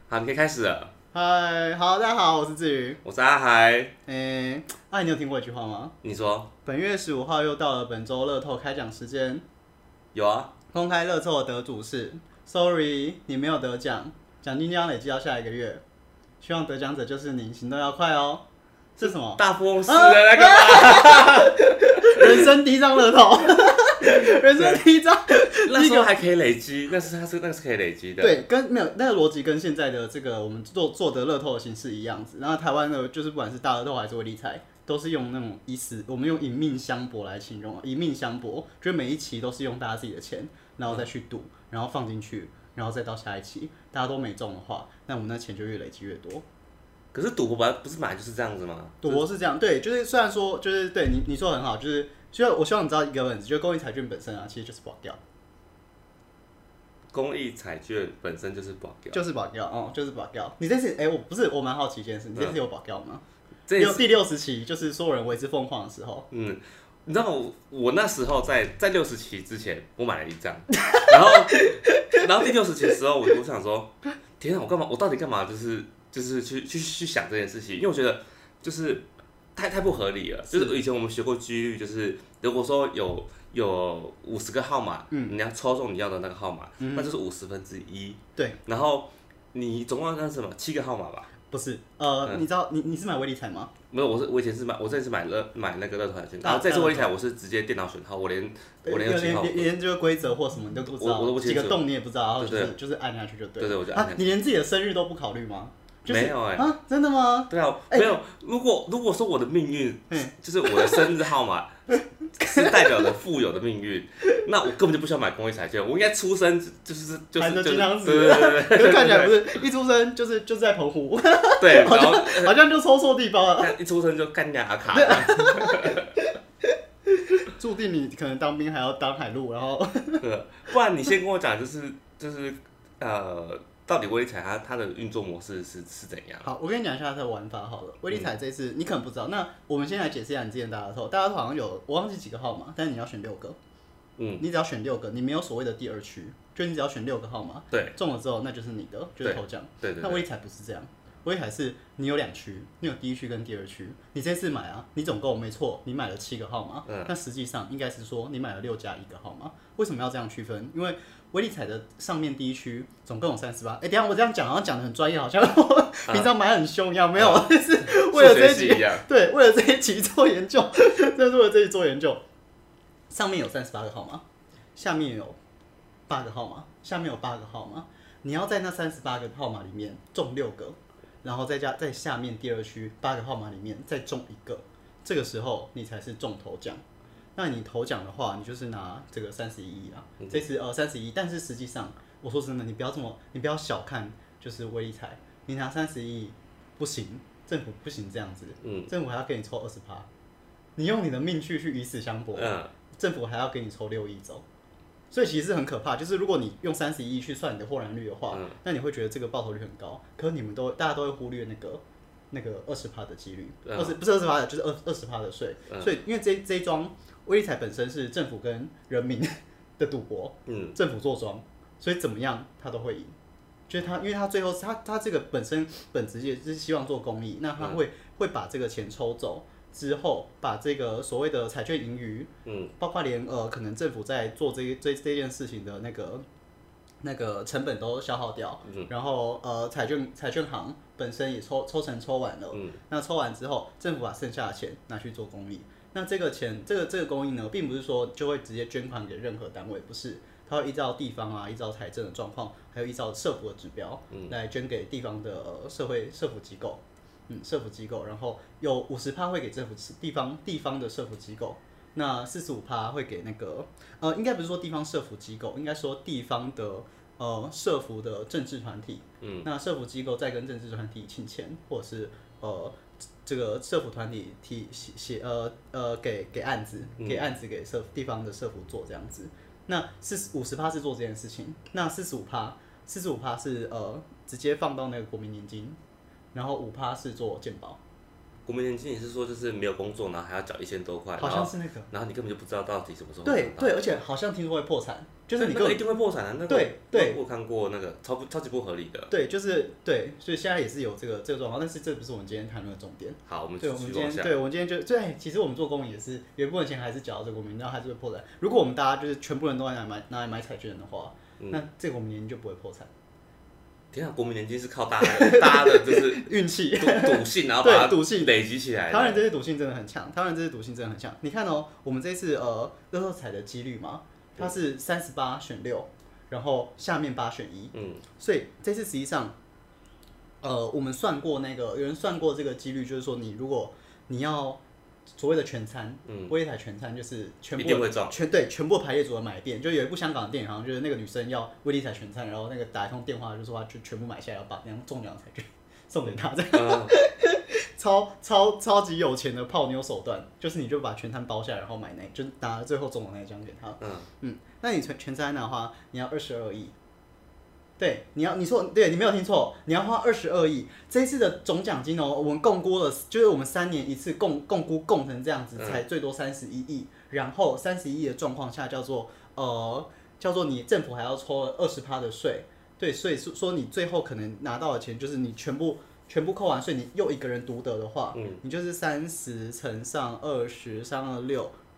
好，你可以开始了。 嗨，好，大家好，我是志宇。 我是阿海。 你有听过一句话吗？ 你说本月15号又到了本周乐透开奖时间， 有啊？ 公开乐透的得主是 Sorry， 你没有得奖，奖金将累积到下一个月。希望得奖者就是您，行动要快哦。是什么？ 大富翁4的那个吗？ 人生第一张乐透，人生第一张。 那时候还可以累积，那个是可以累积的。 对，跟没有那个逻辑跟现在的这个我们做的乐透的形式一样子。然后台湾的就是不管是大乐透还是威力彩，都是用那种我们用以命相搏来形容，以命相搏，就是每一期都是用大家自己的钱，然后再去赌，然后放进去，然后再到下一期，大家都没中的话，那我们那钱就越累积越多。 可是赌博不是本来就是这样子吗？ 赌博是这样，对，就是虽然说就是对你说的很好，就是我希望你知道一个问题，就是公益彩券本身啊，其实就是保掉。 公益彩券本身就是保掉， 就是保掉，哦，就是保掉。你这次，我蛮好奇一件事，你这次有保掉吗？第60期，就是所有人为之疯狂的时候。 你知道我那时候在60期之前，我买了一张，然后第60期的时候，我想说，天啊，我到底干嘛？就是去想这件事情，因为我觉得就是太不合理了。就是以前我们学过几率，就是如果说有50个号码，你要抽中你要的那个号码，那就是1/50。 对。 然后你总共那什么7个号码吧？ 不是，你知道你是买威力彩吗？ 没有，我以前是我这次买那个乐透彩券，然后这次威力彩我是直接电脑选号，我连这个规则或什么你都不知道， 我都不清楚， 几个洞你也不知道，然后就是按下去就对。 对，我就按下去。 你连自己的生日都不考虑吗？ 没有真的吗？ 对啊，没有。如果说我的命运就是我的生日号码是代表着富有的命运，那我根本就不需要买公益彩券，我应该出生就是含着金汤匙， 对， 可是看起来不是一出生就是在澎湖， 对， 好像就抽错地方了， 一出生就干牙卡， 注定你可能当兵还要当海陆，然后不然你先跟我讲，就是到底威力彩它的运作模式是怎样？ 好，我跟你讲一下它的玩法好了。威力彩这次你可能不知道，那我们先来解释一下你之前大乐透。大乐透好像有我忘记几个号码，但是你要选6个。你只要选6个，你没有所谓的第二区，就你只要选6个号码， 对， 中了之后那就是你的，就是头奖。 对。 那威力彩不是这样，威力彩是你有2区，你有第一区跟第二区。你这次买啊，你总共没错，你买了7个号码，那实际上应该是说你买了6加1个号码。为什么要这样区分？因为威力彩的上面第一区总共有38。等一下我这样讲，好像讲得很专业，好像我平常买很凶一样，没有，是为了这一集，对，为了这一集做研究，真是为了这一集做研究。上面有38个号码，下面有8个号码，下面有8个号码，你要在那38个号码里面中6个，然后在下面第二区8个号码里面再中1个，这个时候你才是中头奖。那你头奖的话，你就是拿这个31亿啦，这次31，但是实际上我说真的，你不要小看就是威力彩，你拿31亿不行，政府不行这样子，政府还要给你抽20%，你用你的命去以死相搏，政府还要给你抽6亿走，所以其实很可怕。就是如果你用31亿去算你的获然率的话，那你会觉得这个报酬率很高，可是大家都会忽略那个20%的几率，不是20%的，就是20%的税。所以因为这一桩威力彩本身是政府跟人民的赌博，政府做庄，所以怎么样他都会赢。就是因为他最后他这个本质也是希望做公益，那他会把这个钱抽走之后，把这个所谓的彩券盈余，包括连可能政府在做这件事情的那个成本都消耗掉，然后彩券行本身也抽成抽完了，那抽完之后，政府把剩下的钱拿去做公益。那这个钱，这个公益呢，并不是说就会直接捐款给任何单位，不是，它会依照地方啊，依照财政的状况，还有依照社福的指标，来捐给地方的社福机构，社福机构，然后有50%会给政府地方的社福机构，那45%会给那个应该不是说地方社福机构，应该说地方的社福的政治团体，那社福机构再跟政治团体请钱，或者是这个社福团体给案子，给地方的社福做这样子。那50%是做这件事情，那45%是直接放到那个国民年金，然后5%是做健保。 国民年金你是说就是没有工作，然后还要缴1000多块， 好像是那个， 然后你根本就不知道到底什么时候对对，而且好像听说会破产，就是你那个一定会破产的，那个对， 我看过那个超级不合理的， 对，就是对，所以现在也是有这个状况，但是这不是我们今天谈论的重点。 好，我们对，我们今天就对，其实我们做公民也是有一部分钱还是缴到这个国民，然后还是会破产。如果我们大家就是全部人都拿来买彩券的话，那这个国民年金就不会破产。 天啊，国民年金是靠大家的就是运气、 赌性，然后把它赌性累积起来的。 台湾人这些赌性真的很强，台湾人这些赌性真的很强。你看哦，我们这次乐透彩的几率嘛，它是38选6，然后下面8选1，所以这次实际上，我们算过那个有人算过这个几率，就是说你如果你要所谓的全餐，威力彩全餐就是全部一定会中， 全部排列组合买一遍。就有一部香港的电影，好像就是那个女生要威力彩全餐，然后那个打一通电话就说她就全部买下来，要把那样中奖的彩券送给她，这样超级有钱的泡妞手段，就是你就把全餐包下来，然后买就是拿最后中的那一张给她。那你全餐的话，你要22亿。对，你说对，你没有听错，你要花22亿。这一次的总奖金哦，我们共估了，就是我们3年一次共估共成这样子，才最多31亿。然后31亿的状况下，叫做你政府还要抽20%的税，对，所以说你最后可能拿到的钱就是你全部扣完税，你又一个人独得的话，你就是30乘上20乘上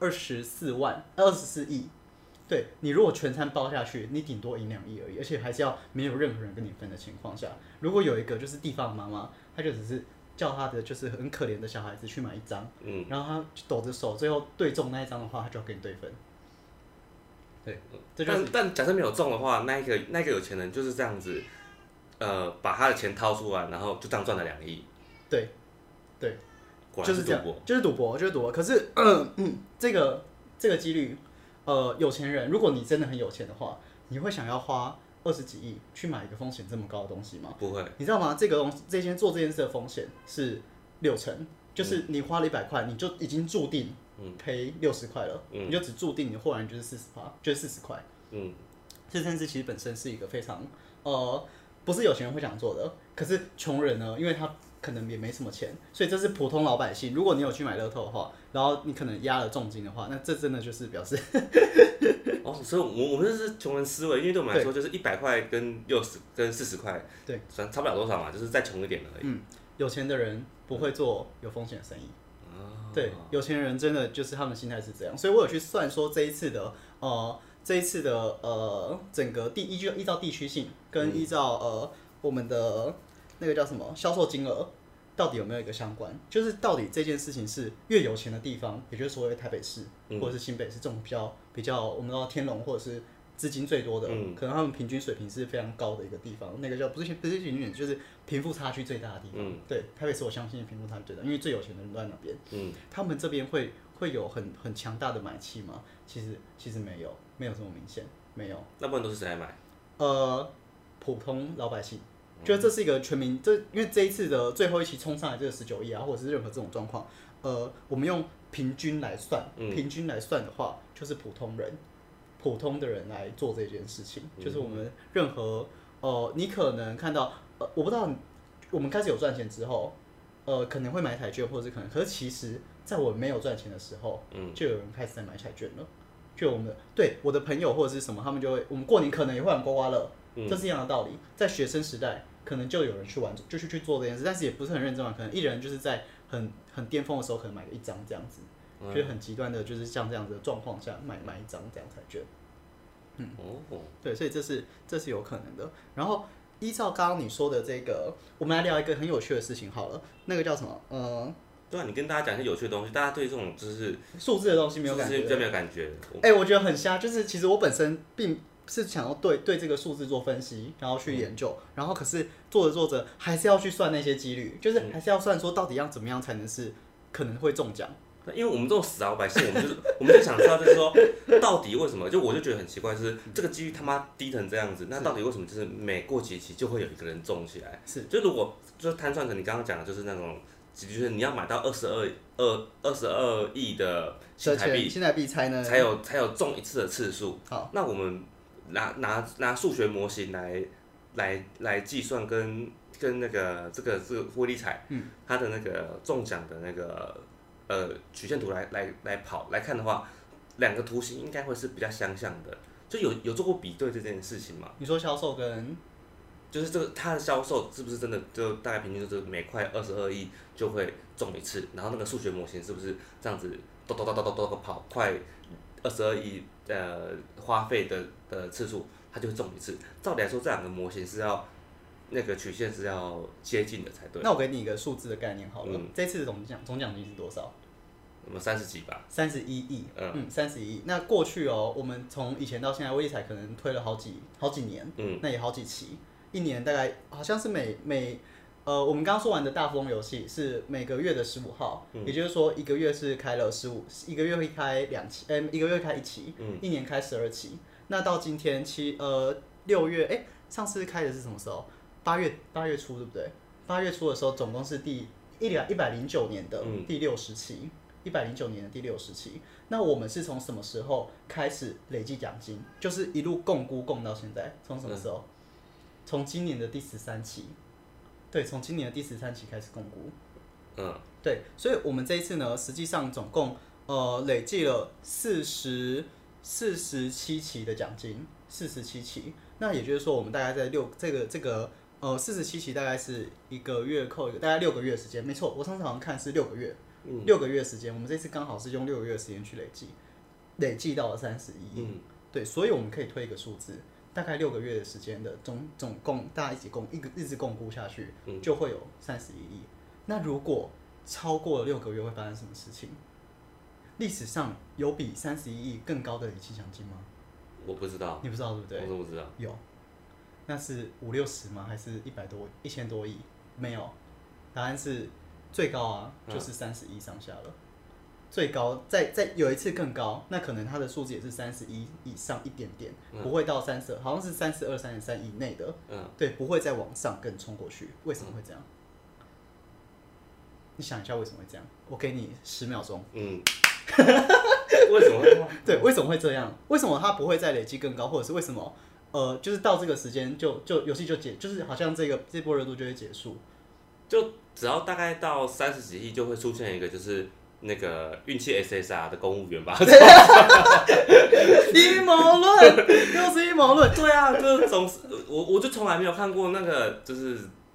6，24亿。对，你如果全餐包下去，你顶多赢2亿而已，而且还是要没有任何人跟你分的情况下。如果有一个就是地方妈妈，她就只是叫她的就是很可怜的小孩子去买一张，然后她抖着手，最后对中那一张的话，她就要跟你对分。对， 但假设没有中的话，那个有钱人就是这样子，把他的钱掏出来，然后就这样赚了2亿。 对， 果然是赌博， 就是赌博。可是，这个几率。有钱人，如果你真的很有钱的话，你会想要花20几亿去买一个风险这么高的东西吗？ 不会， 你知道吗？做这件事的风险是60%，就是你花了100块，你就已经注定赔60块了，你就只注定你后来就是40%，就是40块。这件事其实本身是一个非常不是有钱人会想做的，可是穷人呢，因为他可能也没什么钱，所以这是普通老百姓。如果你有去买乐透的话，然后你可能压了重金的话，那这真的就是表示所以我们这是穷人思维，因为对我们来说就是100块跟40块，对，差不了多少嘛，就是再穷一点而已。 有钱的人不会做有风险的生意。对，有钱人真的就是他们心态是这样，所以我有去算说这一次的整个依照地区性跟依照我们的那个叫什么销售金额到底有没有一个相关，就是到底这件事情是越有钱的地方，也就是所谓台北市或者是新北市这种比较我们知道天龙或者是资金最多的，可能他们平均水平是非常高的一个地方，那个叫不是平均点，就是贫富差距最大的地方。对，台北市我相信贫富差距最大，因为最有钱的人都在那边。他们这边会有很强大的买气吗？其实没有这么明显，没有。 那不然都是谁来买？ 普通老百姓。觉得这是一个全民，因为这一次的最后一期冲上来这个19亿啊，或者是任何这种状况，我们用平均来算，的话，就是普通的人来做这件事情，就是我们任何你可能看到我不知道我们开始有赚钱之后，可能会买彩券，或者是可是其实在我没有赚钱的时候，就有人开始在买彩券了，就我的朋友或者是什么，他们我们过年可能也会玩刮刮乐。这是一样的道理，在学生时代，可能就有人去玩，就是去做这件事，但是也不是很认真玩，可能一人就是在很巅峰的时候，可能买个1张这样子，就是很极端的，就是像这样子的状况下买1张这样彩券。对，所以这是有可能的。然后依照刚刚你说的这个，我们来聊一个很有趣的事情好了，那个叫什么？ 对啊，你跟大家讲一些有趣的东西，大家对这种就是数字的东西没有感觉， 比较没有感觉。 我觉得很瞎，就是其实我本身并是想要对这个数字做分析，然后去研究，然后可是做着还是要去算那些几率，就是还是要算说到底要怎么样才能是可能会中奖。 因为我们这种死老百姓，我们就想知道，就是说到底为什么？我就觉得很奇怪，就是这个几率他妈低成这样子，那到底为什么？就是每过几期就会有一个人中起来？是，就如果就摊算成你刚刚讲的，就是那种，就是你要买到22亿的新台币才有中一次的次数。好，那我们拿数学模型来来计算跟那个这个威力彩，它的那个中奖的那个曲线图来跑来看的话，两个图形应该会是比较相像的。就有做过比对这件事情吗？ 你说销售跟就是这个它的销售是不是真的就大概平均就是每快22亿就会中一次，然后那个数学模型是不是这样子咚跑快22亿花费的次数，它就会中一次。照理来说，这两个模型是要那个曲线是要接近的才对。 那我给你一个数字的概念好了，这次的总奖金是多少？ 那么30几吧 ，31亿，31亿。那过去我们从以前到现在，威力彩可能推了好几年，那也好几期，一年大概好像是我们刚刚说完的大富翁游戏是每个月的15号，也就是说一个月是开了一个月会开2期，一个月开1期，一年开12期。那到今天6月，上次开的是什么时候？8月初对不对？8月初的时候，总共是109年的第60期。109年的第60期，那我们是从什么时候开始累计奖金？就是一路共估到现在，从什么时候？从今年的第13期，对，从今年的第13期开始共估。对，所以我们这一次呢，实际上总共累计了47期的奖金，47期。那也就是说，我们大概在47期大概是一个月扣一个，大概6个月时间。没错，我上次好像看是6个月。6个月时间，我们这次刚好是用6个月的时间去累计到了31亿。对，所以我们可以推一个数字，大概6个月的时间的总共大家一直共估下去，就会有31亿。那如果超过了6个月，会发生什么事情？历史上有比31亿更高的累计奖金吗？ 我不知道。 你不知道对不对？ 我都不知道。 有，那是50-60吗？还是1000多亿？没有，答案是。最高啊，就是30亿上下了。最高再有一次更高，那可能它的数字也是31以上一点点，不会到30，好像是32、33以内的。对，不会再往上更冲过去。为什么会这样？你想一下为什么会这样？我给你10秒钟。 为什么会？ 对，为什么会这样？为什么它不会再累积更高，或者是为什么就是到这个时间就游戏就是好像这波热度就会结束？ 就只要大概到30几亿，就会出现一个就是那个运气 SSR 的公务员吧。 阴谋论，又是阴谋论。 对啊，就是我就从来没有看过那个就是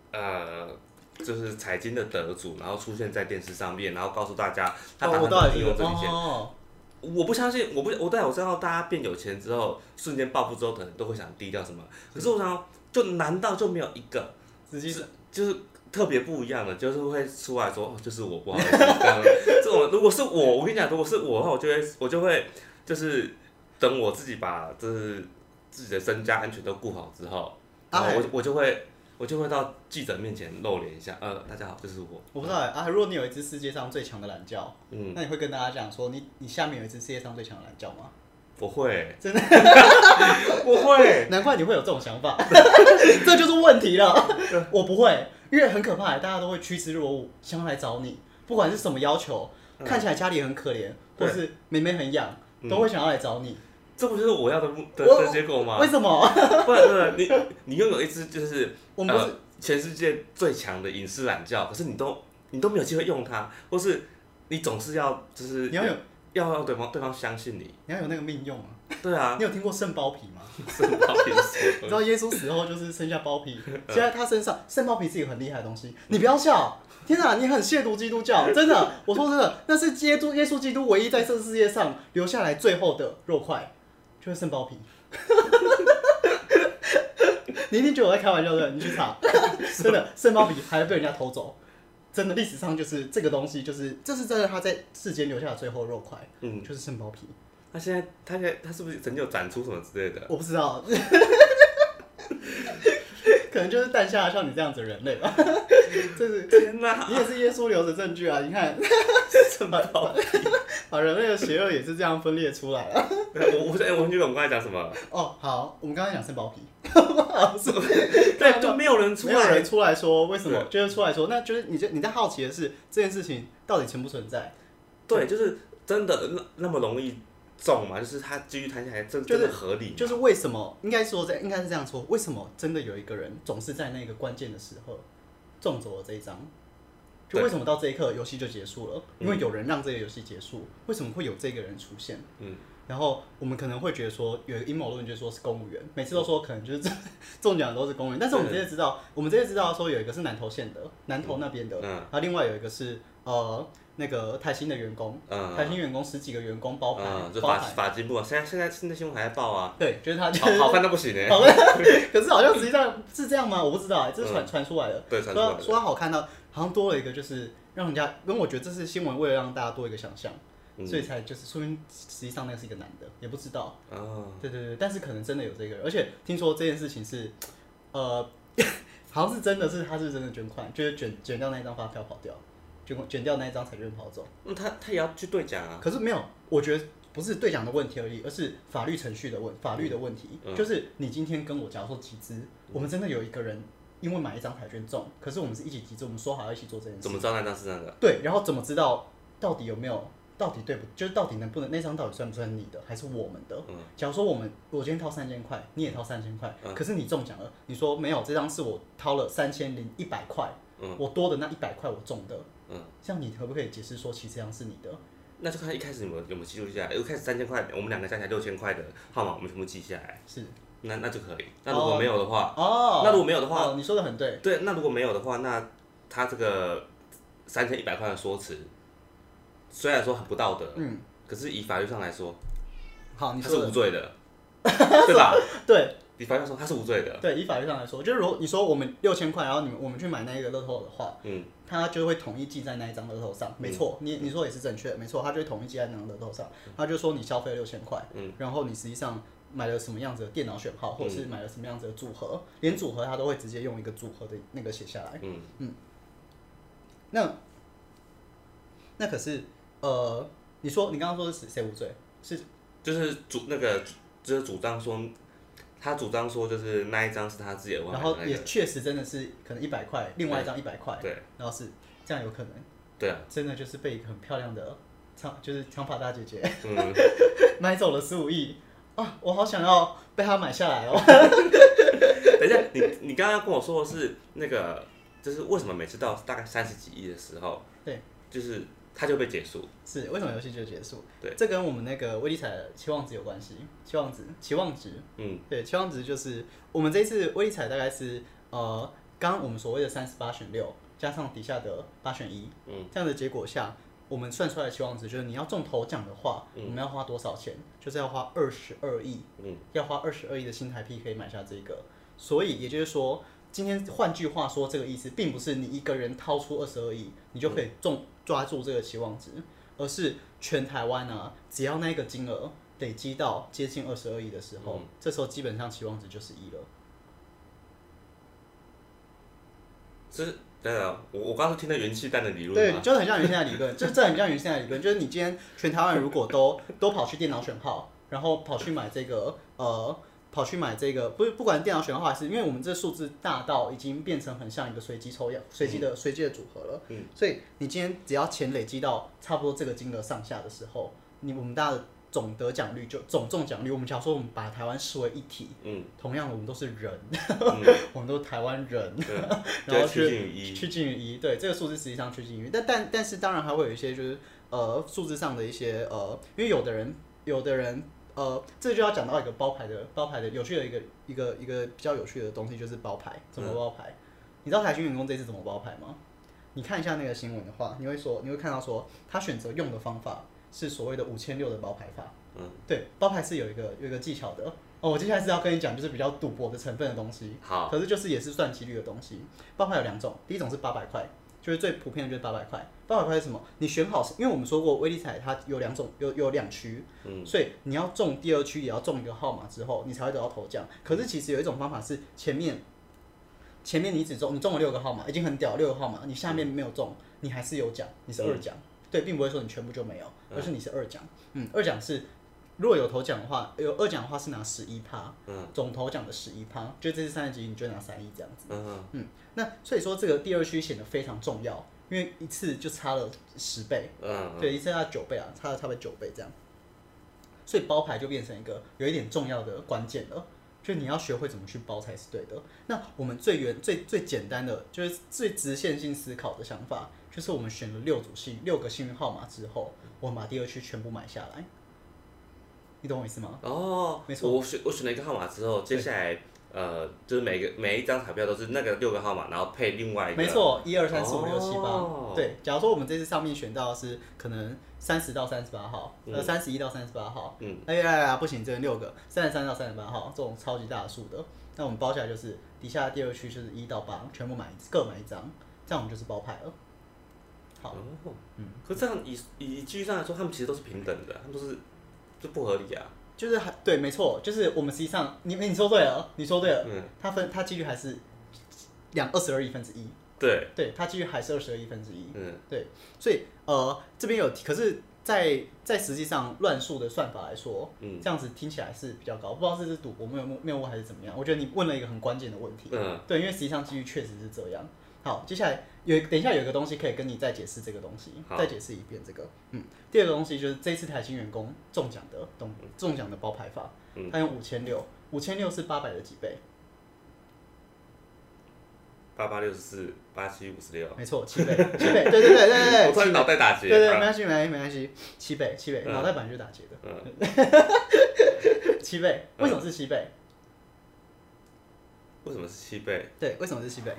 彩金的得主，然后出现在电视上面，然后告诉大家他打算怎么利用这笔钱。我不相信，我知道大家变有钱之后，瞬间暴富之后，可能都会想低调什么。可是我想，难道就没有一个， 实际上就是特别不一样的，就是会出来说，就是我不好意思，这种如果是我跟你讲，如果是我的话，我就会就是等我自己把就是自己的身家安全都顾好之后，然后我就会到记者面前露脸一下，大家好，这是我。 我不知道如果你有一只世界上最强的懒觉，那你会跟大家讲说，你下面有一只世界上最强的懒觉吗？ 我会， 真的， 我会， 难怪你会有这种想法，这就是问题了。我不会，因为很可怕，大家都会趋之若鹜，想要来找你，不管是什么要求，看起来家里很可怜，或是妹妹很痒，都会想要来找你。 这不就是我要的结果吗？ 为什么？ 不然你拥有一只就是全世界最强的隐私懒觉，可是你都没有机会用它，或是你总是要就是你要让对方相信你， 你要有那个命用啊。 对啊， 你有听过肾包皮吗？ 肾包皮是， 你知道耶稣死后就是剩下包皮，现在他身上肾包皮是一个很厉害的东西。你不要笑，天哪，你很亵渎基督教，真的，我说真的，那是耶稣基督唯一在这个世界上留下来最后的肉块，就是肾包皮。你一定觉得我在开玩笑对？你去查，真的肾包皮还被人家偷走。真的，历史上就是这个东西，这是真的，他在世间留下的最后肉块，就是肾包皮。 他现在他是不是曾经有展出什么之类的？ 我不知道，可能就是诞下像你这样子的人类吧。这是天哪！ 你也是耶稣留的证据啊！你看， 肾包皮， 把人类的邪恶也是这样分裂出来了。 我觉得我们刚才讲什么？ 好，我们刚才讲肾包皮。 对，就没有人出来说为什么，就是出来说，那就是你在好奇的是这件事情到底存不存在？ 对，就是真的那么容易中嘛，就是他继续摊下来，真的合理吗？ 就是为什么应该是这样说，为什么真的有一个人总是在那个关键的时候中走了这一张？就为什么到这一刻游戏就结束了？因为有人让这个游戏结束。为什么会有这个人出现？然后我们可能会觉得说，有一个阴谋论，就是说是公务员，每次都说可能就是中奖的都是公务员，但是我们这些知道，说有一个是南投县的，南投那边的，然后另外有一个是那个台新的员工，台新员工10几个员工包牌， 就法金部啊，现在新闻还在报啊。 对，就是他， 好看到不行哎。 可是好像实际上是这样吗？我不知道，这是传出来的。 对，传出来的。 说他好看到，好像多了一个，就是让人家，跟我觉得这是新闻为了让大家多一个想象。所以才就是说明实际上那个是一个男的，也不知道。对，但是可能真的有这个人，而且听说这件事情是，好像是真的是他是真的捐款，就是卷掉那一张发票跑掉，卷掉那一张彩券跑走。 他也要去兑奖啊。 可是没有，我觉得不是兑奖的问题而已，而是法律程序的法律的问题。就是你今天跟我假如说集资，我们真的有一个人因为买一张彩券中，可是我们是一起集资，我们说好要一起做这件事。 怎么知道那张是那个？ 对，然后怎么知道到底有没有？到底对不？就是到底能不能那张到底算不算你的，还是我们的？假如说我今天掏3000块，你也掏3000块，可是你中奖了，你说没有，这张是我掏了3100块，我多的那100块我中的，这样你可不可以解释说其实这张是你的？ 那就看一开始有没有记录下来，一开始3000块，我们两个加起来6000块的号码，我们全部记下来， 是， 那就可以。那如果没有的话， 你说的很对， 对，那如果没有的话，那他这个3100块的说辞。虽然说很不道德，可是以法律上来说， 好， 他是无罪的，对吧？ 对， 以法律上说他是无罪的。 对，以法律上来说，就是如果你说我们6000块，然后我们去买那一个乐透的话，他就会统一记在那一张乐透上，没错，你说也是正确的，没错，他就会统一记在那张乐透上，他就说你消费了6000块，然后你实际上买了什么样子的电脑选号，或者是买了什么样子的组合，连组合他都会直接用一个组合的那个写下来，那可是。你刚刚说是谁无罪？ 就是主张说，他主张说就是那一张是他自己的， 然后也确实真的是可能100块，另外一张100块， 对， 然后是这样有可能， 对啊， 真的就是被一个很漂亮的长发大姐姐，买走了15亿啊！我好想要被她买下来哦。 等一下，你刚刚跟我说的是那个，就是为什么每次到大概30几亿的时候， 对， 就是它就被结束。 是为什么游戏就结束？ 对， 这跟我们那个威力彩的期望值有关系。期望值，对，期望值就是我们这一次威力彩大概是刚刚我们所谓的38选6加上底下的8选1，这样的结果下，我们算出来的期望值就是你要中头奖的话，我们要花多少钱？就是要花22亿，要花22亿的新台币可以买下这个。所以也就是说，今天换句话说，这个意思并不是你一个人掏出22亿，你就可以抓住这个期望值，而是全台湾啊，只要那个金额累积到接近22亿的时候，这时候基本上期望值就是1了。 对啊，我刚刚听到元气弹的理论， 对，就是很像元气弹理论，这很像元气弹理论，就是你今天全台湾如果都跑去电脑选号，然后跑去买这个不管电脑选号还是，因为我们这数字大到已经变成很像一个随机抽样、随机的组合了，所以你今天只要钱累积到差不多这个金额上下的时候，我们大家的总得奖率总中奖率，我们假如说我们把台湾视为一体，同样的我们都是人，我们都是台湾人，然后趋近于1，对，这个数字实际上趋近于1，但是当然还会有一些就是数字上的一些因为有的人。这就要讲到一个包牌的有趣的一个比较有趣的东西，就是包牌怎么包牌。你知道台军员工这次怎么包牌吗？你看一下那个新闻的话，你会看到说，他选择用的方法是所谓的5600的包牌法。对，包牌是有一个技巧的。我接下来是要跟你讲，就是比较赌博的成分的东西。 好， 可是就是也是算几率的东西。包牌有2种，第一种是800块。就是最普遍的，就是800块。800块是什么？你选好，因为我们说过威力彩它有2区，所以你要中第2区也要中一个号码之后，你才会得到头奖。可是其实有一种方法是前面你中了6个号码，已经很屌，6个号码，你下面没有中，你还是有奖，你是2奖。对，并不会说你全部就没有，而是你是2奖。2奖是如果有头奖的话，有2奖的话是拿11%，总头奖的11%，就这次30几亿你就拿3亿这样子。那所以说这个第2区显得非常重要，因为一次就差了10倍，对，一次差9倍啊，差了9倍这样。 所以包牌就变成一个有一点重要的关键了。就你要学会怎么去包才是对的。那我们最简单的，就是最直线性思考的想法，就是我们选了6个幸运号码之后，我们把第二区全部买下来。你懂我意思吗？ 哦， 没错。 我选了一个号码之后，接下来就是每一张彩票都是那个6个号码，然后配另外一个。 没错，1、2、3、4、5、6、7、8。对，假如说我们这次上面选到的是可能30到38号，31到38号，不行，只有6个，33到38号这种超级大的数的，那我们包下来就是底下第二区就是1到8，全部各买一张，这样我们就是包牌了。好， 可这样以几率上来说，他们其实都是平等的，他们都是就不合理啊。 就是对，没错，就是我们实际上你说对了，它几率还是22亿分之一。对，它几率还是22亿分之一。对，所以这边可是在实际上乱数的算法来说，这样子听起来是比较高，不知道是赌博没有问还是怎么样。我觉得你问了一个很关键的问题。对，因为实际上几率确实是这样。好，接下来等一下有一个东西可以跟你再解释这个东西，再解释一遍这个。第二个东西就是这一次台新员工中奖的包牌法，他用5600是800的几倍 ？8864、8756。 没错，7倍，对。 我突然脑袋打结。 对，没关系，7倍，脑袋本来就打结的。7倍，为什么是7倍？ 为什么是7倍？ 对，为什么是7倍？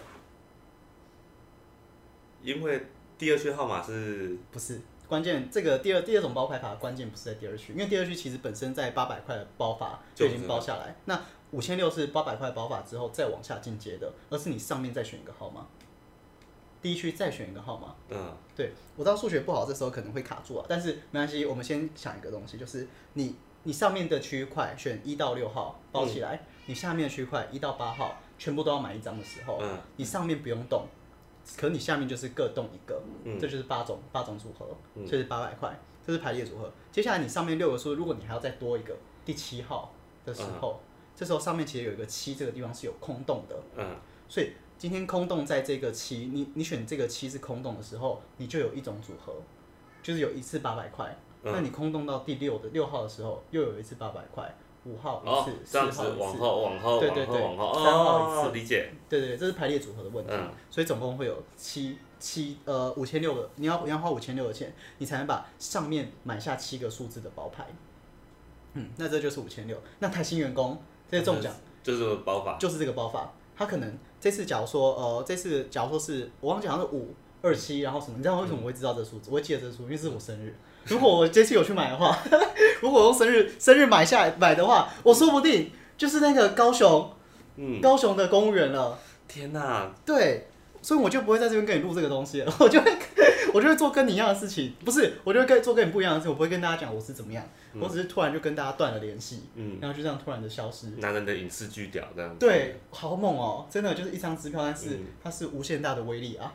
因为第二区号码是不是关键？这个第二种包牌法的关键不是在第二区，因为第二区其实本身在800块的包法就已经包下来。那5600是800块包法之后再往下进阶的，而是你上面再选一个号码，第一区再选一个号码。对，我知道数学不好，这时候可能会卡住啊，但是没关系，我们先想一个东西，就是你上面的区块选1到6号包起来，你下面的区块1到8号全部都要买一张的时候，你上面不用动。可你下面就是各动一个，这就是8种组合，所以是800块，这是排列组合。接下来你上面6个数，如果你还要再多一个第7号的时候，这时候上面其实有一个7，这个地方是有空洞的，所以今天空洞在这个7，你选这个7是空洞的时候，你就有一种组合，就是有一次800块，那你空洞到第6号的时候，又有一次800块。5号一次，4号一次， 往后， 对 ，3 号一次， 理解。 对，这是排列组合的问题，所以总共会有5600的，你要花5600的钱，你才能把上面买下7个数字的包牌。那这就是5600。那台新员工这些中奖就是这个包法， 就是这个包法，他可能这次假如说是我忘记好像是527，然后什么？你知道为什么我会知道这个数字？我会记得这个数字，因为这是我生日。如果我这次有去买的话，如果我用生日买的话，我说不定就是那个高雄的公务员了。 天哪！ 对，所以我就不会在这边跟你录这个东西了，我就会做跟你一样的事情，不是，我就会做跟你不一样的事情，我不会跟大家讲我是怎么样，我只是突然就跟大家断了联系，然后就这样突然的消失。 男人的隐士巨屌这样子。 对，好猛哦，真的就是一张支票，但是它是无限大的威力啊。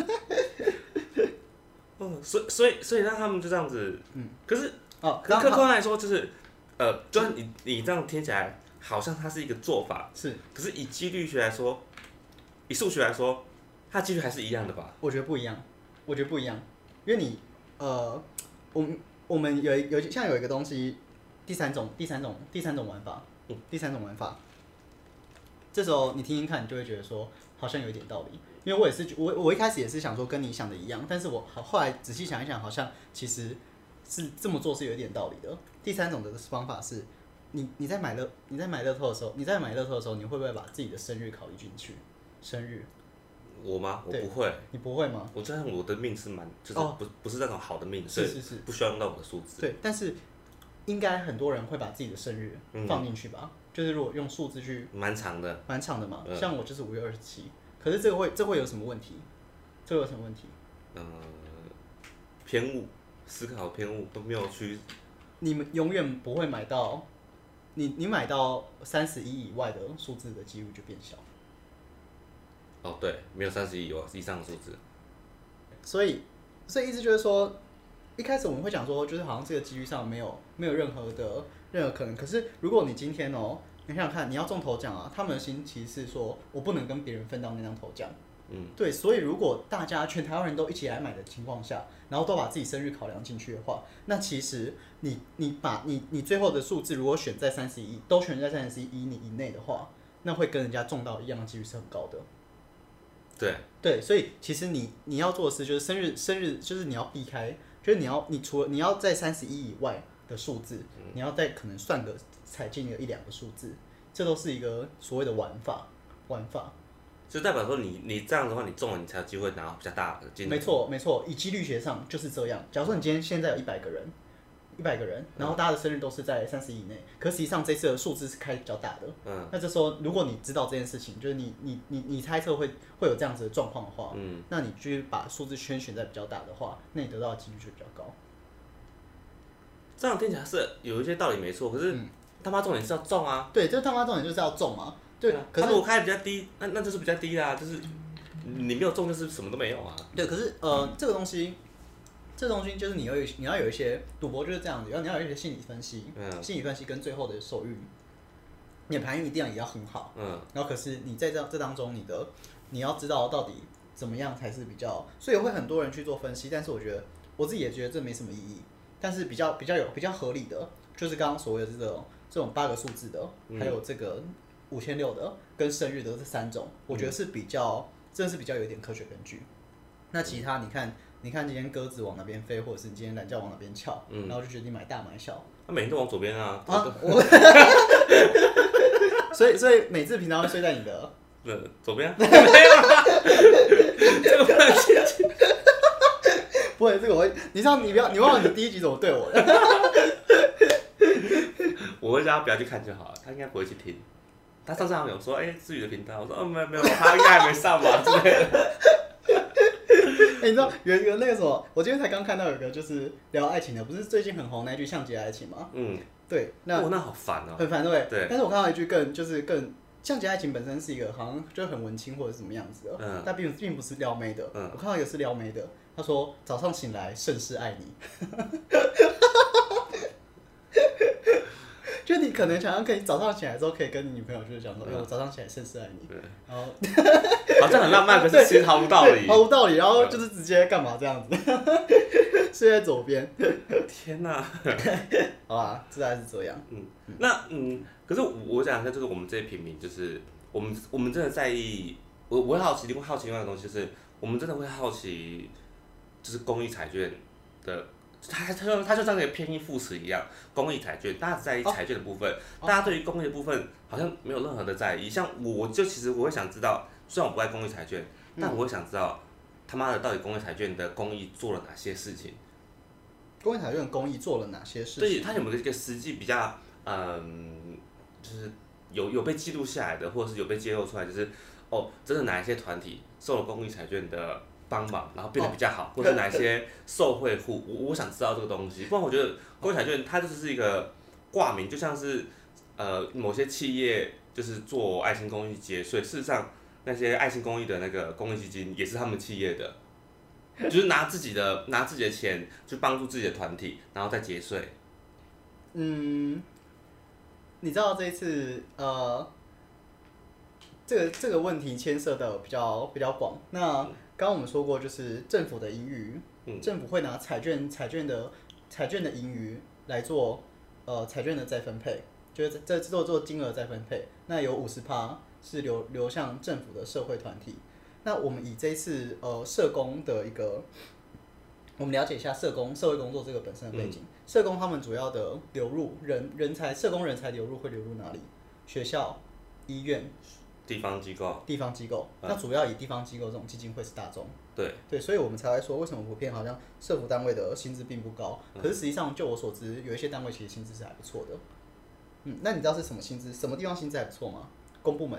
所以让他们就这样子，可是客观来说就是，就算你这样听起来好像它是一个做法， 是， 可是以几率学来说，以数学来说，它几率还是一样的吧？ 我觉得不一样，因为你我们像有一个东西，第三种玩法，这时候你听听看，你就会觉得说好像有一点道理。因为我一开始也是想说跟你想的一样，但是我后来仔细想一想，好像其实是这么做是有一点道理的。第三种的方法是，你在买乐透的时候，你会不会把自己的生日考虑进去？生日？ 我吗？我不会。 你不会吗？ 我觉得我的命是就是不是那种好的命，是不需要用到我的数字。 对，但是应该很多人会把自己的生日放进去吧？就是如果用数字去，蛮长的嘛。像我就是5月27。可是这会有什么问题？ 偏误，思考偏误都没有去。 你们永远不会买到，你买到31以外的数字的几率就变小。 哦，对，没有31以上的数字。 所以意思就是说，一开始我们会讲说，就是好像这个几率上没有任何可能。可是如果你今天你想想看，你要中头奖啊，他们的心其实是说我不能跟别人分到那张头奖， 对，所以如果大家全台湾人都一起来买的情况下，然后都把自己生日考量进去的话，那其实你最后的数字如果选在31，都选在31你以内的话，那会跟人家中到一样的几率是很高的。对，所以其实你要做的事就是生日就是你要避开，就是除了你要在31以外的数字，你要再可能算个踩进个1-2个数字，这都是一个所谓的玩法。 就代表说你这样的话，你中了你才有机会拿到比较大的金额。 没错，以几率学上就是这样。假如说你现在有100个人，然后大家的生日都是在31以内，可实际上这次的数字是开比较大的。那这时候如果你知道这件事情，就是你猜测会有这样子的状况的话，那你去把数字选在比较大的话，那你得到的几率就比较高。 这样听起来是有一些道理没错，可是他妈重点是要中啊。 对，这他妈重点就是要中嘛。对， 可是我开的比较低，那就是比较低啦，就是你没有中就是什么都没有啊。 对，可是这个东西就是你要有一些赌博就是这样子，你要有一些心理分析，心理分析跟最后的手运，你的盘运一定也要很好。然后可是你在这当中，你要知道到底怎么样才是比较，所以会很多人去做分析，但是我自己也觉得这没什么意义。但是比较合理的，就是刚刚所谓的这种8个数字的，还有这个5600的跟生日的这3种，我觉得是真的是比较有一点科学根据。那其他你看今天鸽子往哪边飞，或者是你今天懒觉往哪边翘，然后就决定买大买小。 他每天都往左边啊。 所以每次平常会睡在你的左边。没有啊。这个不能接近。 不会，这个你忘了你第1集怎么对我的。 我会叫他不要去看就好了，他应该不会去听。他上次好像有说，志宇的频道，我说没有，他应该还没上吧之类的。 你知道有一个那个什么，我今天才刚看到有一个就是聊爱情的，不是最近很红那一句像极爱情吗？对，那好烦哦， 很烦对不对？ 但是我看到一句更像极爱情本身是一个好像就很文青或者是什么样子的，但并不是撩妹的。我看到一个是撩妹的，他说早上醒来甚是爱你。就你可能想要可以早上起来之后可以跟你女朋友就是讲说，我早上起来甚是爱你，然后好像很浪漫，可是其实毫无道理， 毫无道理，然后就是直接干嘛这样子，睡在左边。 天哪！ 好吧，自然是这样。 可是我讲一下，就是我们这些平民，就是我们真的在意，我会好奇另外一个东西，就是我们真的会好奇，就是公益彩券的。它就像那个偏义副词一样，公益彩券，大家只在意彩券的部分，大家对于公益的部分好像没有任何的在意。像其实我会想知道，虽然我不爱公益彩券，但我会想知道他妈的到底公益彩券的公益做了哪些事情？ 公益彩券的公益做了哪些事情？ 对，它有没有一个实际比较就是有被记录下来的，或者是有被揭露出来，就是真的哪一些团体受了公益彩券的帮忙，然后变得比较好，或者是哪一些受惠户，我想知道这个东西。不然我觉得公益彩券它就是一个挂名，就像是某些企业就是做爱心公益节税，事实上那些爱心公益的那个公益基金也是他们企业的，就是拿自己的钱去帮助自己的团体，然后再节税。 你知道这一次这个问题牵涉的比较广。那刚刚我们说过，就是政府的盈余，政府会拿彩券的盈余来做彩券的再分配，就是做金额再分配。那有50%是流向政府的社会团体。那我们以这一次社工的一个，我们了解一下社会工作这个本身的背景。社工他们主要的流入社工人才流入会流入哪里？学校、医院。 地方机构， 那主要以地方机构这种基金会是大众。 对， 所以我们才会说，为什么普遍好像社福单位的薪资并不高，可是实际上就我所知，有一些单位其实薪资是还不错的。那你知道是什么薪资？什么地方薪资还不错吗？公部门。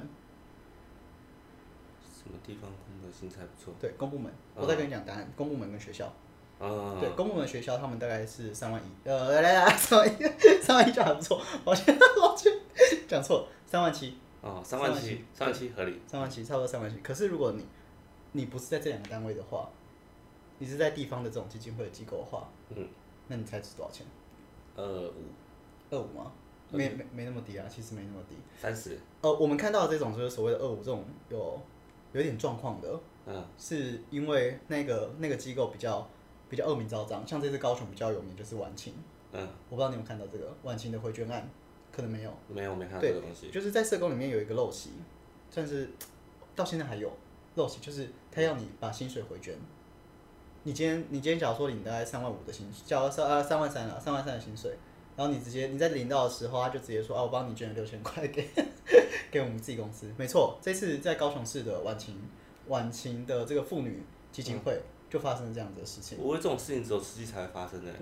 什么地方公部门薪资还不错？ 对，公部门。我再跟你讲答案，公部门跟学校。对，公部门学校他们大概是3万1，来3万1就还不错，抱歉，讲错，3万7。 3万7合理。 3万7，差不多3万7。可是如果你不是在这2个单位的话，你是在地方的这种基金会的机构的话，那你猜值多少钱？25吗？没那么低啊，其实没那么低。 30。 我们看到的这种就是所谓的25这种有点状况的， 是因为那个机构比较恶名昭彰，像这次高雄比较有名就是晚晴，我不知道你有没有看到这个晚晴的回捐案，可能没有， 没看到这个东西， 就是在社工里面有一个陋习，算是到现在还有陋习，就是他要你把薪水回捐。你今天假如说领大概3万5的薪水，交3万3了，3万3的薪水，然后你在领到的时候，他就直接说我帮你捐了6000块给我们自己公司。没错，这次在高雄市的晚晴的这个妇女基金会就发生了这样子的事情。 我以为这种事情只有慈济才会发生的。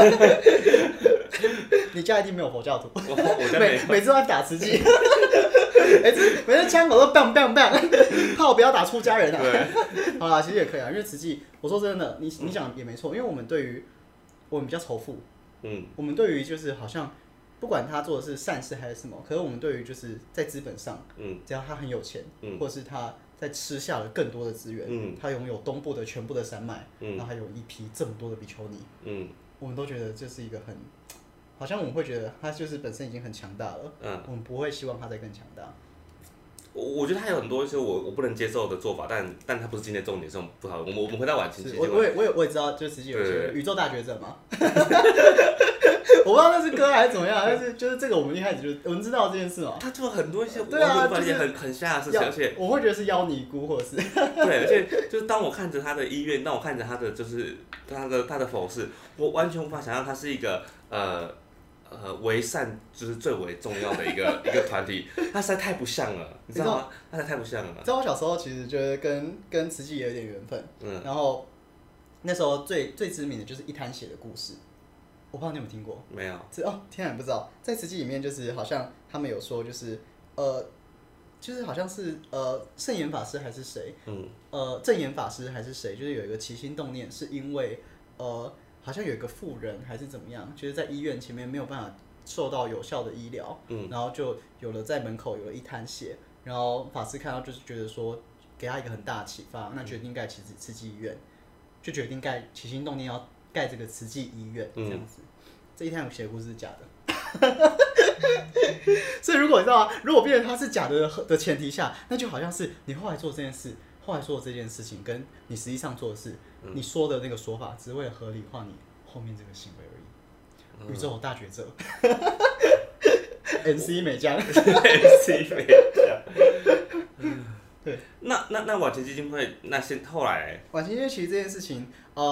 你家一定没有佛教徒， 我家没每次都在打慈济。每次枪口都 bang bang bang， 炮不要打出家人啊！好啦，其实也可以啊，因为慈济，我说真的，你讲也没错，因为我们比较仇富，我们对于就是好像不管他做的是善事还是什么，可是我们对于就是在资本上，只要他很有钱，或者是他在吃下了更多的资源，他拥有东部的全部的山脉，然后还有一批这么多的比丘尼，我们都觉得这是一个好像我们会觉得他就是本身已经很强大了，我们不会希望他再更强大。 我觉得他有很多一些我不能接受的做法，但他不是今天重点，是我们不好。我们回到晚晴基金会， 我也知道，就实际有些宇宙大觉者嘛，我不知道那是歌还是怎么样，但是就是这个我们一开始我们知道这件事嘛。 他做了很多一些对啊， 就是很瞎的事情，而且我会觉得是妖尼姑或者是对，而且就是当我看着他的医院，当我看着他的就是他的否事，我完全无法想象他是一个为善就是最为重要的一个团体，他实在太不像了，你知道吗？他实在太不像了。 在我小时候，其实觉得跟慈济也有点缘分，然后那时候最知名的就是一滩血的故事，我不知道你有没有听过？ 没有。 天啊，不知道，在慈济里面就是好像他们有说就是就是好像是圣严法师还是谁，正言法师还是谁，就是有一个起心动念，是因为好像有一个妇人还是怎么样，就是在医院前面没有办法受到有效的医疗，然后就有了在门口有了一滩血，然后法师看到就是觉得说给他一个很大的启发，那决定盖慈济医院，就决定起心动念要盖这个慈济医院这样子。这一滩血的故事是假的，所以如果你知道吗？如果变成它是假的前提下，那就好像是你后来做这件事。后来说的这件事情，跟你实际上做的事，你说的那个说法，只是为了合理化你后面这个行为而已。宇宙大觉者，NC 美江 ，NC 美江。 对， 那晚晴基金会后来， 晚晴基金会其实这件事情，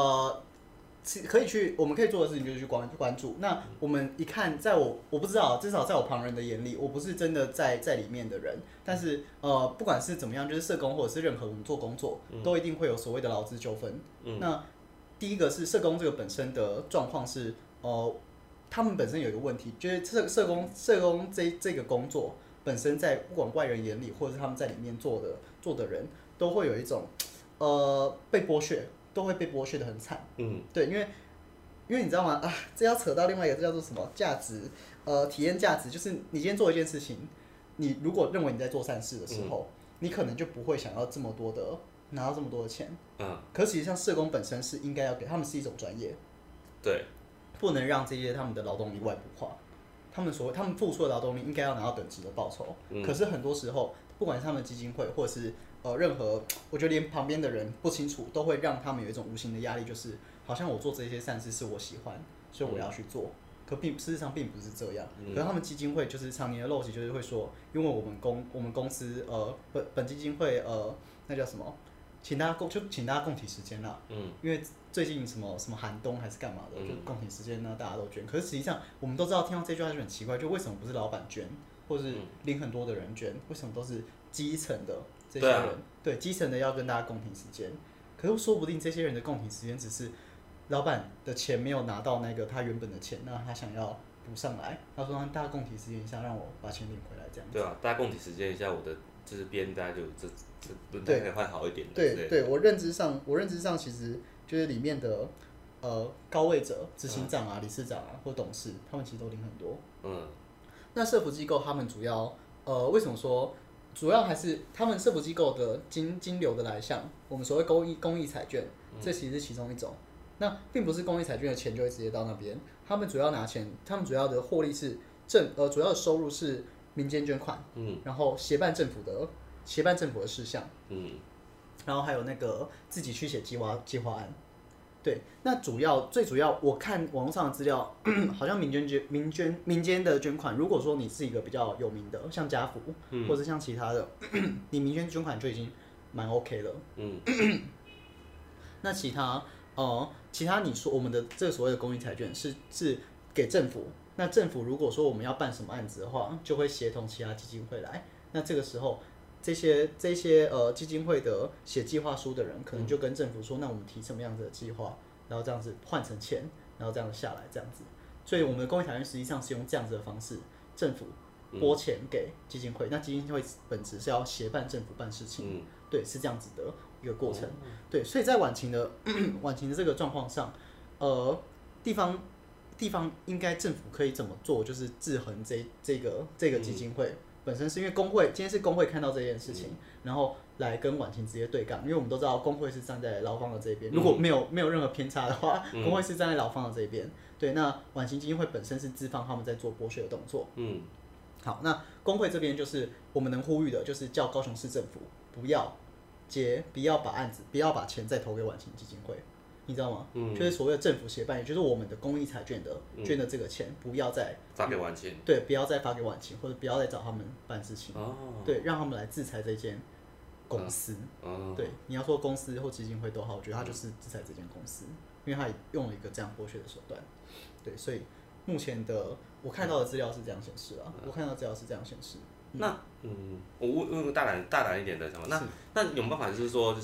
我们可以做的事情就是去关注。那我们一看，我不知道，至少在我旁人的眼里，我不是真的在里面的人。但是不管是怎么样，就是社工或者是任何我们做工作，都一定会有所谓的劳资纠纷。那第一个是社工这个本身的状况是，他们本身有一个问题，就是社工这个工作本身在不管外人眼里，或者是他们在里面做的人，都会有一种被剥削。都会被剥削的很惨，对，因为你知道吗？这要扯到另外一个，这叫做什么价值？体验价值，就是你今天做一件事情，你如果认为你在做善事的时候，你可能就不会想要拿到这么多的钱，可实际上社工本身是应该要给他们是一种专业， 对， 不能让这些他们的劳动力外部化，他们付出的劳动力应该要拿到等值的报酬，可是很多时候，不管是他们基金会或者是任何，我觉得连旁边的人不清楚，都会让他们有一种无形的压力，就是好像我做这些善事是我喜欢，所以我要去做。可事实上并不是这样。可是他们基金会就是常年的陋习，就是会说，因为我们公司本基金会那叫什么，请大家共体时间啦。因为最近什么寒冬还是干嘛的，就共体时间呢，大家都捐。可是实际上我们都知道，听到这句话就很奇怪，就为什么不是老板捐，或是领很多的人捐，为什么都是基层的？这些人对基层的要跟大家共体时间，可是说不定这些人的共体时间只是老板的钱没有拿到那个他原本的钱，那他想要补上来，他说让大家共体时间一下，让我把钱领回来这样子。 对啊，大家共体时间一下，我的就是边大家就轮胎可以换好一点。 对，我认知上其实就是里面的高位者、执行长啊、理事长啊或董事，他们其实都领很多。那社福机构他们主要为什么说？主要还是他们社福机构的金流的来向，我们所谓公益彩券，这其实是其中一种。那并不是公益彩券的钱就会直接到那边，他们主要拿钱，他们主要的获利是主要的收入是民间捐款，然后协办政府的事项， 然后还有那个自己去写计划案。对，那最主要，我看网络上的资料，好像民间的捐款，如果说你是一个比较有名的，像家福，或者像其他的，你民间捐款就已经蛮 OK 了。那其他你说我们的这个所谓的公益彩券是给政府，那政府如果说我们要办什么案子的话，就会协同其他基金会来。那这个时候，这些基金会的写计划书的人，可能就跟政府说，那我们提什么样子的计划，然后这样子换成钱，然后这样下来这样子。所以我们的公益彩券实际上是用这样子的方式，政府拨钱给基金会，那基金会本质是要协办政府办事情，对，是这样子的一个过程。对，所以在晚晴的这个状况上，地方应该政府可以怎么做，就是制衡这个基金会。本身是因为今天是工会看到这件事情，然后来跟晚晴直接对杠，因为我们都知道工会是站在劳方的这边，如果没有任何偏差的话，工会是站在劳方的这边。对，那晚晴基金会本身是资方他们在做剥削的动作。好，那工会这边就是我们能呼吁的，就是叫高雄市政府不要把钱再投给晚晴基金会。你知道吗？就是所谓的政府协办，也就是我们的公益彩券的捐的这个钱，不要再发给晚晴， 对，不要再发给晚晴，或者不要再找他们办事情，对，让他们来制裁这间公司。对，你要说公司或基金会都好，我觉得他就是制裁这间公司，因为他用了一个这样剥削的手段。对，所以目前的我看到的资料是这样显示啊， 那我问个大胆一点的想法，那有没有办法就是说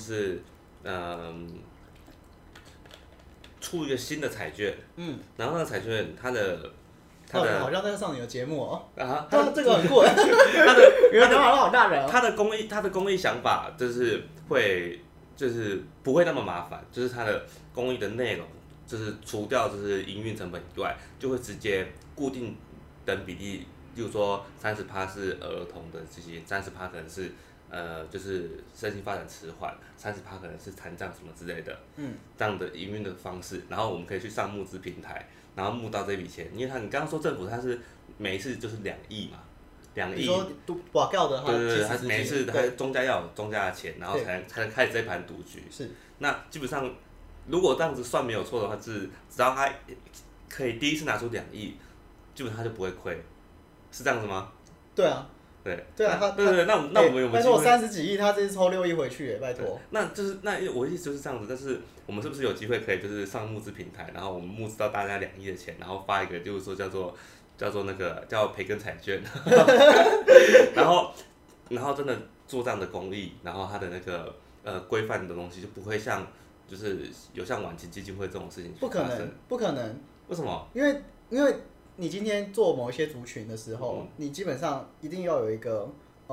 出一个新的彩券，然后那个彩券它的好像在上你的节目哦，这个很酷，原来好大人哦。 他的公益想法就是不会那么麻烦，就是他的公益的内容就是除掉就是营运成本以外，就会直接固定等比例，例如说30%是儿童的这些，30%可能是就是身心发展迟缓，30%可能是残障什么之类的，这样的营运的方式，然后我们可以去上募资平台，然后募到这笔钱，因为你刚刚说政府它是每一次就是2亿嘛，2亿， 你说广告的， 对，它每一次它中家要有中家的钱，然后才能开始这盘赌局， 是， 那基本上如果这样子算没有错的话，只要他可以第一次拿出2亿，基本上他就不会亏，是这样子吗？ 对啊。对啊， 对，那我们有没有机会？ 但是我30几亿，他这次抽6亿回去，拜托。 那我意思就是这样子，但是我们是不是有机会可以就是上募资平台，然后我们募资到大家2亿的钱，然后发一个就是说叫做那个叫培根彩券，然后真的做这样的公益，然后它的那个规范的东西就不会像就是有像晚晴基金会这种事情发生。 不可能。 为什么？ 因为你今天做某一些族群的时候，你基本上一定要有一个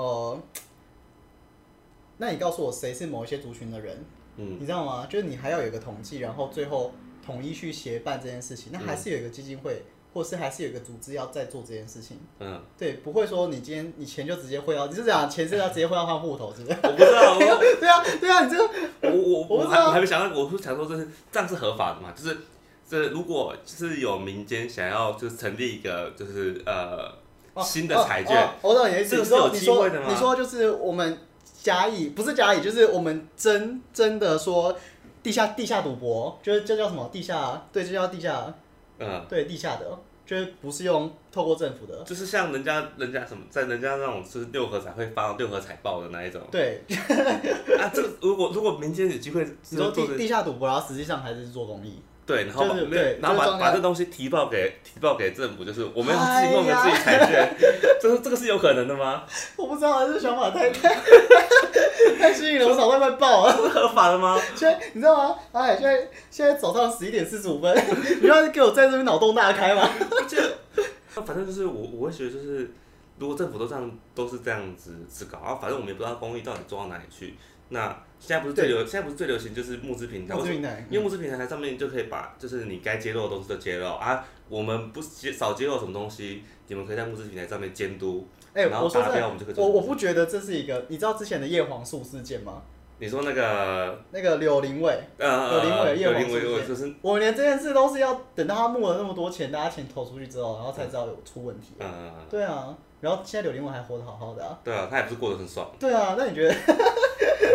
那你告诉我谁是某一些族群的人，你知道吗？就是你还要有一个统计，然后最后统一去协办这件事情，那还是有一个基金会，或是还是有一个组织要在做这件事情。对，不会说你今天你钱就直接汇到，你是讲钱是要直接汇到他户头，是不是？ 我不知道， 对啊，你这个我还没想到，我是想说这样是合法的嘛？就是如果是有民间想要就是成立一个就是新的彩券， 我懂你的意思。 这个是有机会的吗？ 你说就是我们不是甲乙，就是我们真的说地下赌博，就是这叫什么地下？对，这叫地下。对，地下的，就是不是用透过政府的， 就是像人家什么，在人家那种是6合彩会发6合彩报的那一种。 对。 这个如果民间有机会， 你说地下赌博，然后实际上还是做公益。 对，然后把这东西提报给政府，就是我们要自己弄个自己彩券，这个是有可能的吗？ 我不知道，这想法太吸引了，我脑袋快爆了。 这是合法的吗？ 现在你知道吗？现在早上11点45分，你要给我在这边脑洞大开吗？ 反正就是我会觉得就是，如果政府都是这样子搞，然后反正我们也不知道公益到底做到哪里去。那现在不是最流行就是募资平台，因为募资平台上面就可以把就是你该揭露的东西都揭露啊，我们不少揭露什么东西，你们可以在募资平台上面监督，然后达标我们就可以做。 我不觉得这是一个，你知道之前的叶黄素事件吗？ 你说那个柳林伟，叶黄素事件，我连这件事都是要等到他募了那么多钱，大家钱投出去之后，然后才知道有出问题。对啊。然后现在柳林伟还活得好好的啊。 对啊，他也不是过得很爽。 对啊，那你觉得？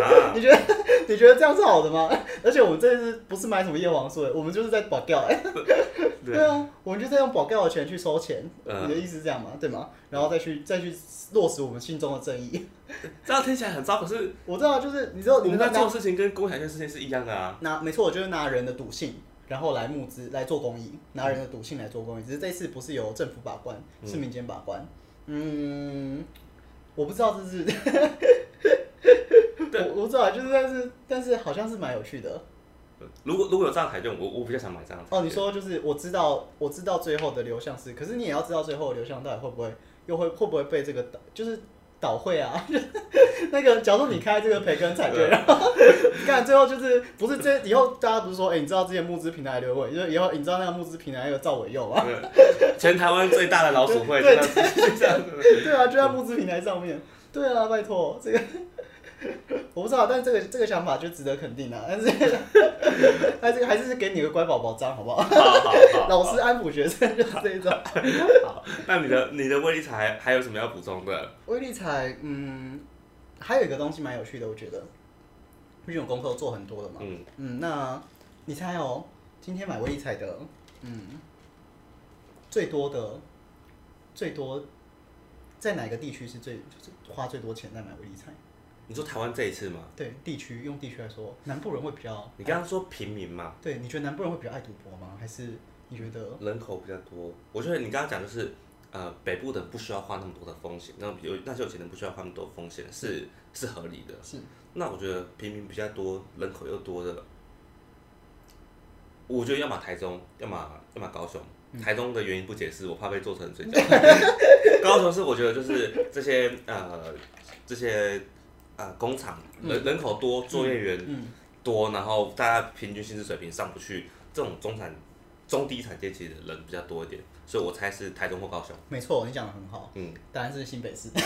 你觉得这样是好的吗？而且我们这次不是买什么叶黄素，我们就是在保钓。对啊，我们就在用保钓的钱去收钱。你的意思是这样吗？对吗？然后再去落实我们心中的正义。 这样听起来很糟，可是我知道，就是你知道我们在做的事情跟共享一件事情是一样的啊。 没错，我就是拿人的赌性，然后来募资来做公益，拿人的赌性来做公益。只是这次不是由政府把关，是民间把关。我不知道这是，我知道，就是但是好像是蛮有趣的。 如果有这样的台券，我比较想买这样的。 哦，你说就是我知道最后的流向是，可是你也要知道最后的流向到底会不会被这个就是倒会啊？那个，假如你开这个培根彩券，然后看最后就是不是以后大家不是说，你知道之前募资平台刘伟，就是以后你知道那个募资平台那个赵伟佑吗？ 全台湾最大的老鼠会， 对这样子。 对啊，就在募资平台上面。对啊，拜托这个。我不知道，但这个想法就值得肯定啊。但是还是给你个乖宝宝章，好不好？ 好， 老师安抚学生就是这一种。 好，那你的威力彩还有什么要补充的？ 威力彩，还有一个东西蛮有趣的，我觉得，毕竟我功课做很多了嘛。那你猜哦，今天买威力彩的，最多在哪个地区是就是花最多钱在买威力彩？ 你说台湾这一次吗？ 对，用地区来说，南部人会比较。 你刚刚说平民嘛？ 对，你觉得南部人会比较爱赌博吗？还是你觉得人口比较多？我觉得你刚刚讲就是，北部的不需要花那么多的风险，那些有钱人不需要花那么多风险，是合理的。 是。 那我觉得平民比较多，人口又多的，我觉得要么台中，要么高雄。台中的原因不解释，我怕被做成嘴角。高雄是我觉得就是这些工厂人口多，作业员多，然后大家平均薪资水平上不去，这种中低产阶级的人比较多一点，所以我猜是台中或高雄。 没错，你讲的很好。答案是新北市。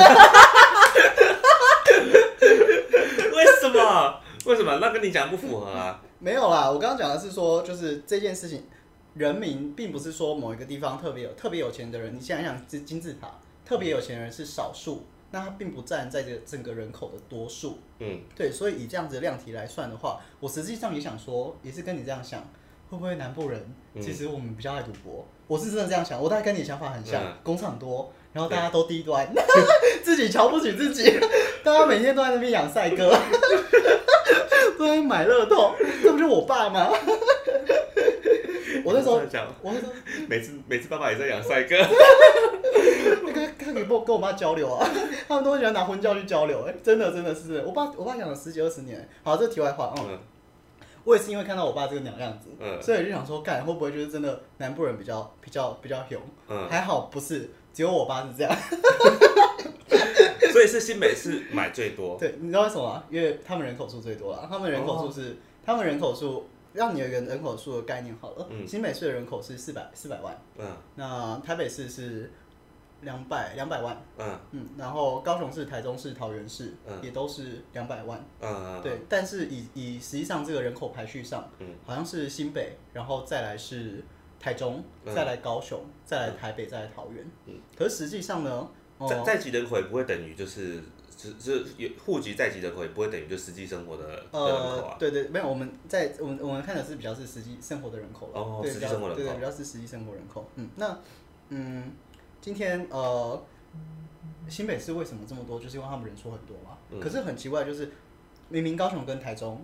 为什么？那跟你讲不符合啊？ 没有啦，我刚刚讲的是说，就是这件事情，人民并不是说某一个地方特别有钱的人，你想想金字塔，特别有钱的人是少数。那它并不占在这整个人口的多数，对，所以以这样子的量体来算的话，我实际上也想说，也是跟你这样想，会不会南部人其实我们比较爱赌博？我是真的这样想，我大概跟你想法很像，工厂多，然后大家都低端，自己瞧不起自己，大家每天都在那边养赛鸽，都在买乐透，这不就是我爸吗？我那时候每次爸爸也在养赛鸽。 他可以跟我妈交流啊，他们都会喜欢拿婚教去交流，真的是，我爸养了10几20年。好，这题外话，我也是因为看到我爸这个鸟样子，所以就想说，干会不会就是真的南部人比较凶？还好不是，只有我爸是这样。 所以是新北市买最多。 对，你知道为什么吗？因为他们人口数最多啦，他们人口数。让你有一个人口数的概念好了，新北市的人口是400万，那台北市是200万，然后高雄市、台中市、桃园市也都是200万，对，但是以实际上这个人口排序上，好像是新北，然后再来是台中，再来高雄，再来台北，再来桃园，可是实际上呢， 在籍人口也不会等于就是户籍在籍人口也不会等于就实际生活的人口啊。 对，没有，我们看的是比较是实际生活的人口了。 实际生活人口。 对，比较是实际生活人口。那今天新北市为什么这么多？就是因为他们人数很多嘛。可是很奇怪，就是明明高雄跟台中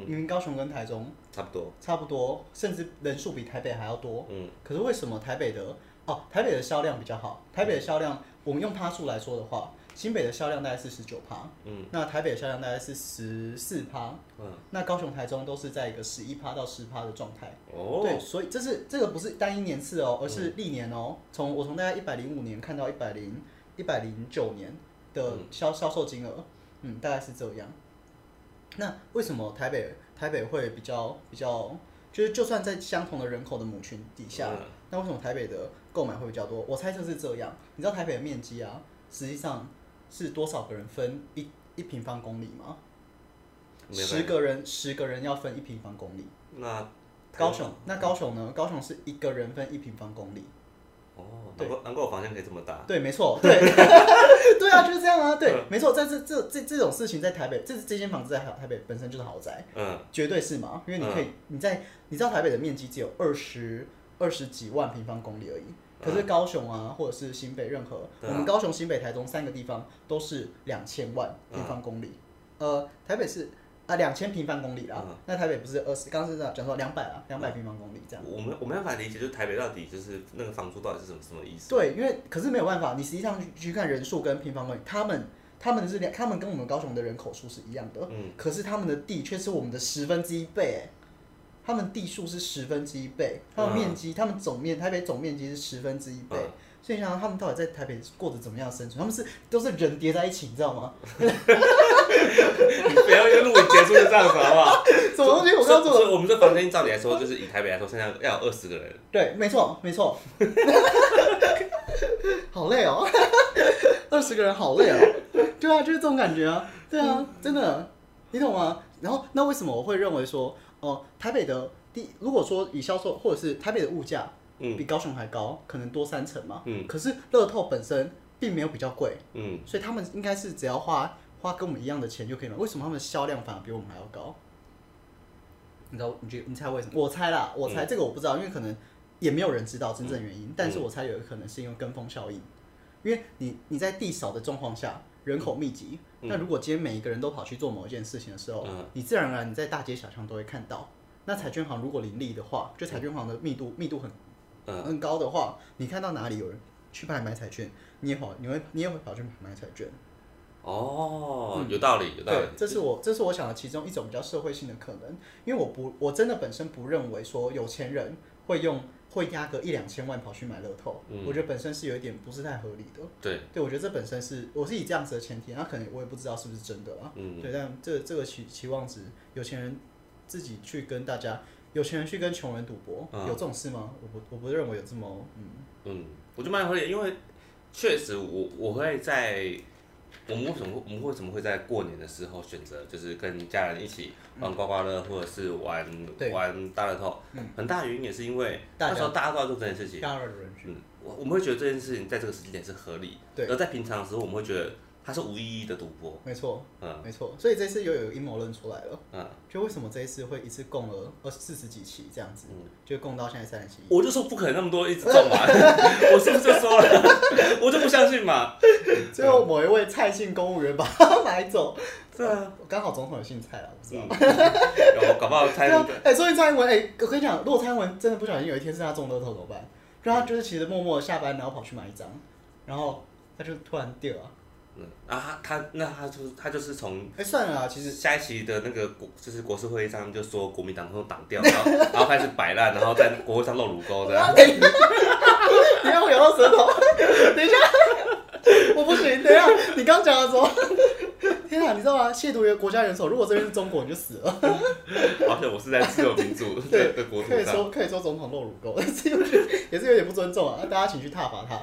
差不多，甚至人数比台北还要多。可是为什么台北的销量比较好？台北的销量，我们用趴数来说的话。新北的销量大概是19%，那台北的销量大概是14%，那高雄、台中都是在一个11%到10%的状态。对，所以这个不是单一年次哦，而是历年哦。我从大概105年看到109年的销售金额，大概是这样。那为什么台北会比较，就是就算在相同的人口的母群底下，那为什么台北的购买会比较多？我猜测是这样。你知道台北的面积啊，实际上是多少个人分一平方公里吗？10个人要分1平方公里。那高雄呢？高雄是1个人分1平方公里。 哦，难怪我房间可以这么大。 对，没错，对，对啊，就是这样啊，对，没错，在这种事情在台北，这间房子在台北本身就是豪宅，绝对是嘛，因为你可以你知道台北的面积只有20几万平方公里而已。可是高雄啊，或者是新北，任何我们高雄、新北、台中3个地方都是2000万平方公里。台北是2000平方公里啦。那台北不是20，刚刚是讲说200啊，200平方公里这样。 我没办法理解，就是台北到底就是那个房租到底是什么意思？ 对，因为可是没有办法，你实际上去看人数跟平方公里，他们跟我们高雄的人口数是一样的，可是他们的地却是我们的1/10倍，他们地数是1/10倍，他们面积，他们台北总面积是1/10倍，所以想想他们到底在台北过着怎么样的生存？他们都是人叠在一起，你知道吗？ 你不要因为录影结束就这样子好不好？ 什么东西？我刚做的。 我们这房间照理来说，就是以台北来说，现在要有20个人。 对，没错。好累哦，20个人好累哦。对啊，就是这种感觉啊。对啊，真的，你懂吗？然后那为什么我会认为说？台北的如果说以销售或者是台北的物价比高雄还高，可能多3成嘛。可是乐透本身并没有比较贵，所以他们应该是只要花跟我们一样的钱就可以买。为什么他们的销量反而比我们还要高？你猜为什么？我猜啦，这个我不知道，因为可能也没有人知道真正原因。但是我猜有可能是因为跟风效应，因为你在地少的状况下。人口密集，那如果今天每一个人都跑去做某一件事情的时候，你自然而然你在大街小巷都会看到。那彩券行如果林立的话，就彩券行的密度很高的话，你看到哪里有人去买彩券，你也会跑去买彩券。 哦，有道理。 对，这是我想的其中一种比较社会性的可能，因为我真的本身不认为说有钱人会压个1-2千万跑去买乐透，我觉得本身是有一点不是太合理的。对，我觉得这本身我是以这样子的前提，那可能我也不知道是不是真的啦。对，但这个期望值，有钱人自己去跟有钱人去跟穷人赌博，有这种事吗？我不认为有这么我觉得蛮合理，因为确实我会在。我们为什么会在过年的时候选择就是跟家人一起玩刮刮乐，或者是玩大乐透？很大的原因也是因为那时候大家都在做这件事情。我们会觉得这件事情在这个时间点是合理，而在平常的时候我们会觉得它是无意义的赌博。 没错，没错。所以这次又有阴谋论出来了。就为什么这一次会一次供了40几期这样子，就供到现在37亿。 我就说不可能那么多一直中嘛，我是不是就说了？我就不相信嘛。 最后某一位蔡姓公务员把它买走。对啊，刚好总统有姓蔡啦，我知道。 搞不好蔡英文。所以蔡英文，我跟你讲，如果蔡英文真的不小心有一天是他中乐透怎么办？就他就是其实默默下班，然后跑去买一张，然后他就突然掉啊。 他就是从算了啊，其实下一期的那个就是国事会议上就说国民党都挡掉，然后开始摆烂，然后在国会上露乳沟这样。 你让我咬到舌头，等一下，我不行，等一下，你刚讲的时候，天啊，你知道吗？亵渎一个国家元首，如果这边是中国，你就死了。 好像我是在自由民主的国土上， 可以说总统露乳沟，也是有点不尊重啊！大家请去挞伐他。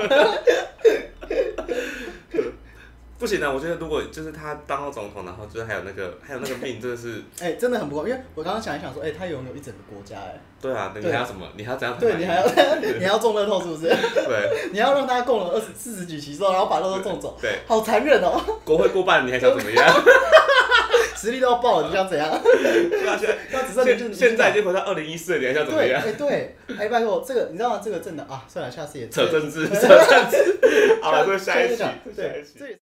不行啊！我觉得如果就是他当到总统，然后就是还有那个命，真的是真的很不够。因为我刚刚想一想说，他拥有一整个国家对啊，你还要什么？你还要怎样？ 对，你还要中乐透是不是？ 对， 你要让他供了40几期之后，然后把乐透中走。 对， 好残忍哦！ 国会过半，你还想怎么样？ 实力都要爆了，你想怎样？ 现在已经回到2014了，你还想怎么样？ 对，拜托，这个你知道吗？这个真的啊，算了，下次也扯政治。好了，这个下一期。